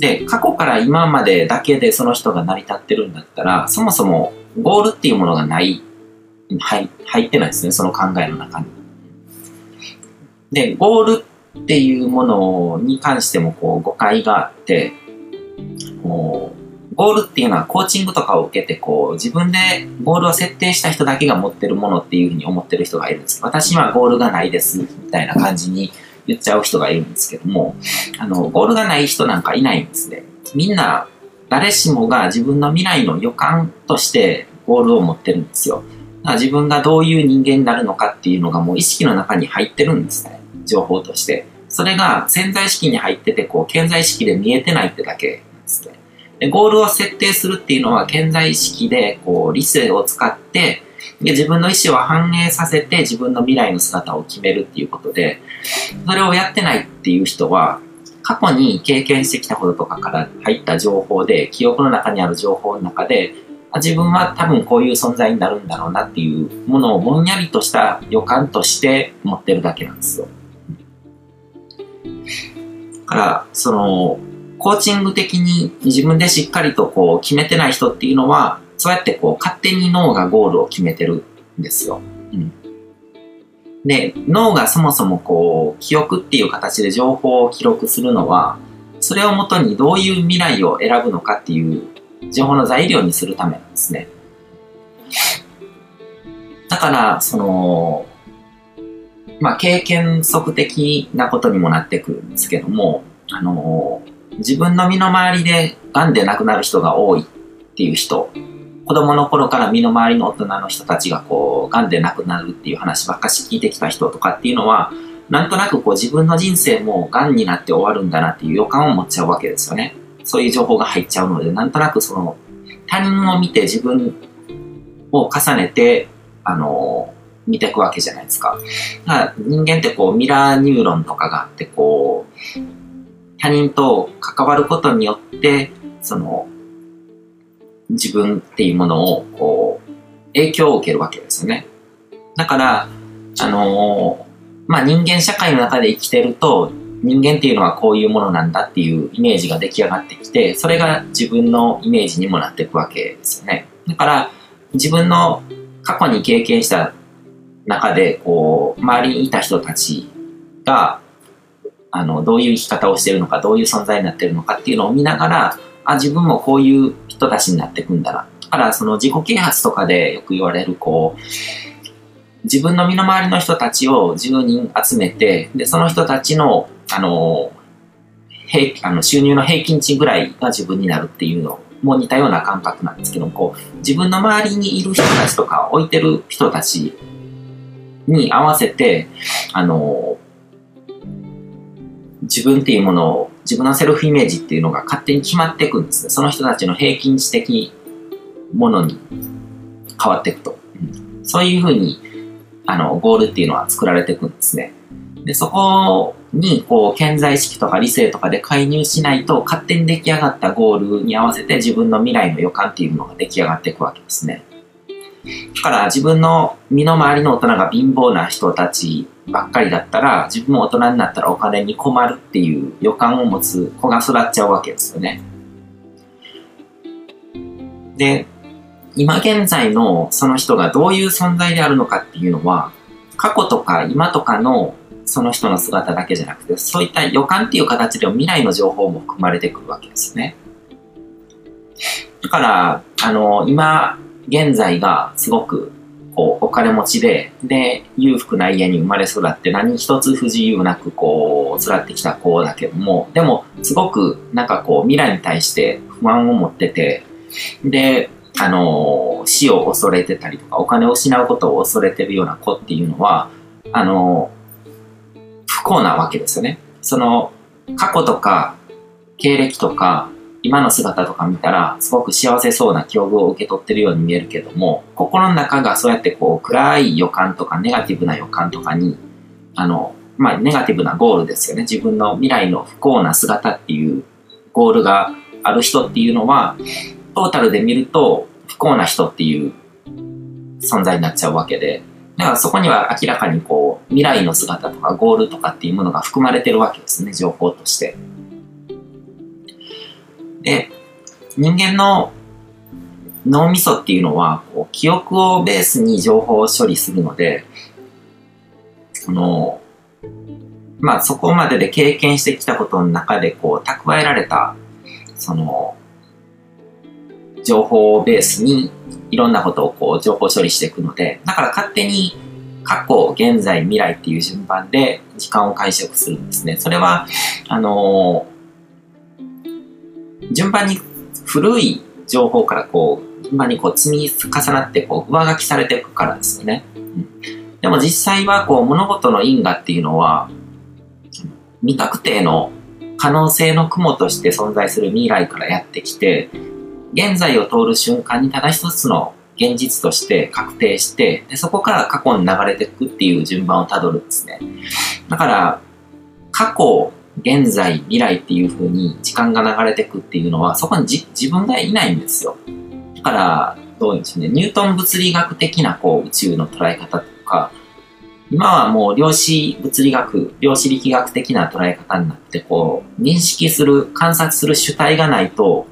で、過去から今までだけでその人が成り立ってるんだったら、そもそもゴールっていうものが入ってないですね、その考えの中に。で、ゴールっていうものに関してもこう誤解があって、ゴールっていうのはコーチングとかを受けてこう自分でゴールを設定した人だけが持ってるものっていうふうに思ってる人がいるんです。私はゴールがないですみたいな感じに言っちゃう人がいるんですけども、ゴールがない人なんかいないんですね。みんな誰しもが自分の未来の予感としてゴールを持ってるんですよ。だから自分がどういう人間になるのかっていうのがもう意識の中に入ってるんですね。情報として。それが潜在意識に入っててこう顕在意識で見えてないってだけなんですね。でゴールを設定するっていうのは顕在意識でこう理性を使ってで自分の意思を反映させて自分の未来の姿を決めるっていうことで、それをやってないっていう人は過去に経験してきたこととかから入った情報で、記憶の中にある情報の中で自分は多分こういう存在になるんだろうなっていうものをぼんやりとした予感として持ってるだけなんですよ。だからコーチング的に自分でしっかりとこう決めてない人っていうのはそうやってこう勝手に脳がゴールを決めてるんですよ。で、脳がそもそもこう記憶っていう形で情報を記録するのは、それをもとにどういう未来を選ぶのかっていう情報の材料にするためなんですね。だから経験則的なことにもなってくるんですけども、自分の身の回りで癌で亡くなる人が多いっていう人、子供の頃から身の回りの大人の人たちがこう癌で亡くなるっていう話ばっかし聞いてきた人とかっていうのは、なんとなくこう自分の人生も癌になって終わるんだなっていう予感を持っちゃうわけですよね。そういう情報が入っちゃうので、なんとなく他人を見て自分を重ねて見ていくわけじゃないですか。だから人間ってこうミラーニューロンとかがあってこう他人と関わることによって自分っていうものをこう影響を受けるわけですよね。だから人間社会の中で生きてると人間っていうのはこういうものなんだっていうイメージが出来上がってきて、それが自分のイメージにもなっていくわけですよね。だから自分の過去に経験した中でこう周りにいた人たちがどういう生き方をしているのか、どういう存在になっているのかっていうのを見ながら、自分もこういう人たちになっていくんだな。だから自己啓発とかでよく言われるこう自分の身の回りの人たちを10人集めて、でその人たちの収入の平均値ぐらいが自分になるっていうのも似たような感覚なんですけども、こう自分の周りにいる人たちとか置いてる人たちに合わせて自分っていうものを、自分のセルフイメージっていうのが勝手に決まっていくんですね。その人たちの平均値的ものに変わっていくと、そういうふうにゴールっていうのは作られていくんですね。でそこにこう顕在意識とか理性とかで介入しないと、勝手に出来上がったゴールに合わせて自分の未来の予感っていうのが出来上がっていくわけですね。だから自分の身の回りの大人が貧乏な人たちばっかりだったら、自分も大人になったらお金に困るっていう予感を持つ子が育っちゃうわけですよね。で、今現在のその人がどういう存在であるのかっていうのは、過去とか今とかのその人の姿だけじゃなくて、そういった予感っていう形で未来の情報も含まれてくるわけですね。だから今現在がすごくこうお金持ちで裕福な家に生まれ育って何一つ不自由なくこう育ってきた子だけども、でもすごくなんかこう未来に対して不安を持ってて、で死を恐れてたりとかお金を失うことを恐れてるような子っていうのは不幸なわけですよね。過去とか経歴とか今の姿とか見たらすごく幸せそうな境遇を受け取ってるように見えるけども、心の中がそうやってこう暗い予感とかネガティブな予感とかにネガティブなゴールですよね。自分の未来の不幸な姿っていうゴールがある人っていうのはトータルで見ると不幸な人っていう存在になっちゃうわけで、だからそこには明らかにこう未来の姿とかゴールとかっていうものが含まれてるわけですね、情報として。 で、人間の脳みそっていうのは、こう記憶をベースに情報を処理するので、そこまでで経験してきたことの中で、こう、蓄えられた、情報をベースに、いろんなことをこう、情報処理していくので、だから勝手に、過去、現在、未来っていう順番で時間を解釈するんですね。それは、順番に古い情報からこう、順番にこう積み重なってこう上書きされていくからですよね。でも実際はこう物事の因果っていうのは、未確定の可能性の雲として存在する未来からやってきて、現在を通る瞬間にただ一つの現実として確定して、でそこから過去に流れていくっていう順番をたどるんですね。だから、過去、現在、未来っていう風に時間が流れていくっていうのは、そこに自分がいないんですよ。だから、どういうんですね、ニュートン物理学的なこう宇宙の捉え方とか、今はもう量子物理学、量子力学的な捉え方になって、こう、認識する、観察する主体がないと、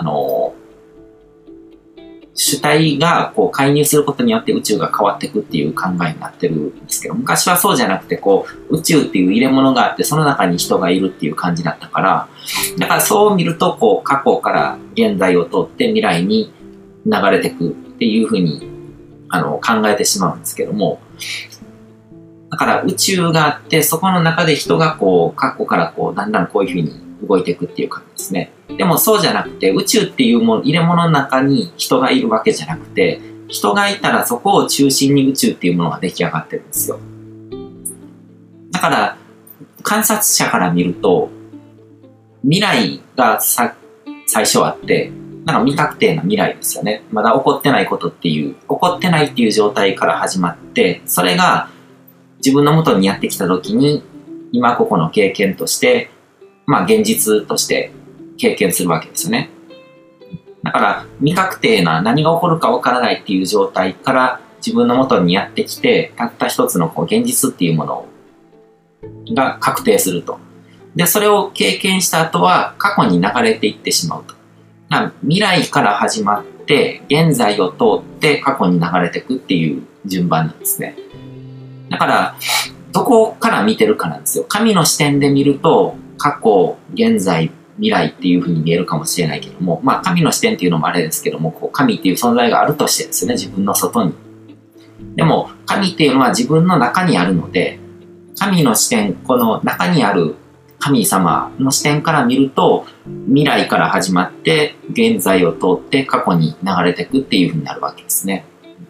主体がこう介入することによって宇宙が変わっていくっていう考えになってるんですけど、昔はそうじゃなくて、こう、宇宙っていう入れ物があって、その中に人がいるっていう感じだったから、だからそう見ると、こう、過去から現在を通って未来に流れていくっていうふうに、考えてしまうんですけども、だから宇宙があって、そこの中で人がこう、過去からこう、だんだんこういうふうに動いていくっていう感じですね。でもそうじゃなくて、宇宙っていう入れ物の中に人がいるわけじゃなくて、人がいたらそこを中心に宇宙っていうものが出来上がってるんですよ。だから、観察者から見ると、未来が最初あって、なんか未確定な未来ですよね。まだ起こってないことっていう、起こってないっていう状態から始まって、それが自分の元にやってきた時に、今ここの経験として、現実として経験するわけですよね。だから未確定な何が起こるかわからないっていう状態から自分の元にやってきて、たった一つのこう現実っていうものが確定すると。で、それを経験した後は過去に流れていってしまうと。未来から始まって現在を通って過去に流れていくっていう順番なんですね。だからどこから見てるかなんですよ。神の視点で見ると過去、現在、未来っていう風に見えるかもしれないけども、神の視点っていうのもあれですけども、こう神っていう存在があるとしてですね、自分の外に。でも、神っていうのは自分の中にあるので、神の視点、この中にある神様の視点から見ると、未来から始まって、現在を通って過去に流れていくっていう風になるわけですね。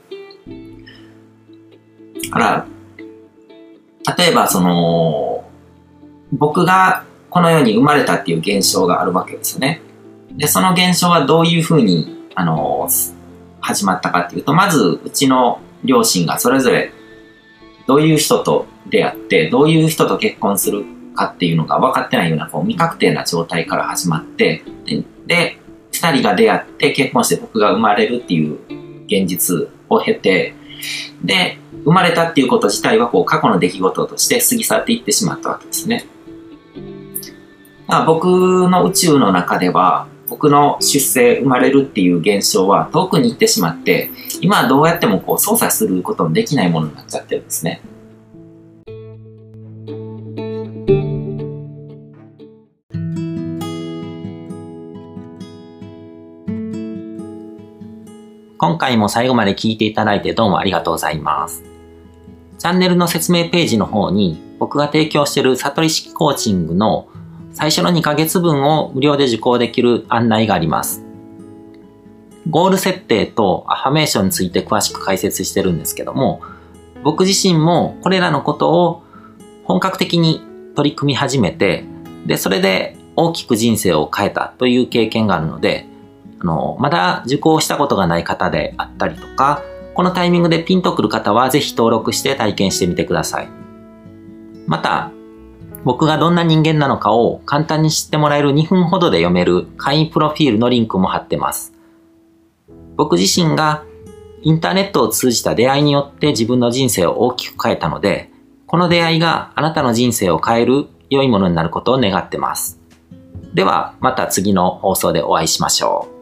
だから、例えば僕がこの世に生まれたっていう現象があるわけですよね。で、その現象はどういうふうに、始まったかっていうと、まず、うちの両親がそれぞれ、どういう人と出会って、どういう人と結婚するかっていうのが分かってないような、こう、未確定な状態から始まって、で、二人が出会って結婚して僕が生まれるっていう現実を経て、で、生まれたっていうこと自体は、こう、過去の出来事として過ぎ去っていってしまったわけですね。僕の宇宙の中では、僕の出生、生まれるっていう現象は遠くに行ってしまって、今はどうやってもこう操作することのできないものになっちゃってるんですね。今回も最後まで聞いていただいてどうもありがとうございます。チャンネルの説明ページの方に僕が提供している悟り式コーチングの最初の2ヶ月分を無料で受講できる案内があります。ゴール設定とアファメーションについて詳しく解説してるんですけども、僕自身もこれらのことを本格的に取り組み始めて、で、それで大きく人生を変えたという経験があるので、まだ受講したことがない方であったりとか、このタイミングでピンとくる方はぜひ登録して体験してみてください。また、僕がどんな人間なのかを簡単に知ってもらえる2分ほどで読める会員プロフィールのリンクも貼ってます。僕自身がインターネットを通じた出会いによって自分の人生を大きく変えたので、この出会いがあなたの人生を変える良いものになることを願ってます。 ではまた次の放送でお会いしましょう。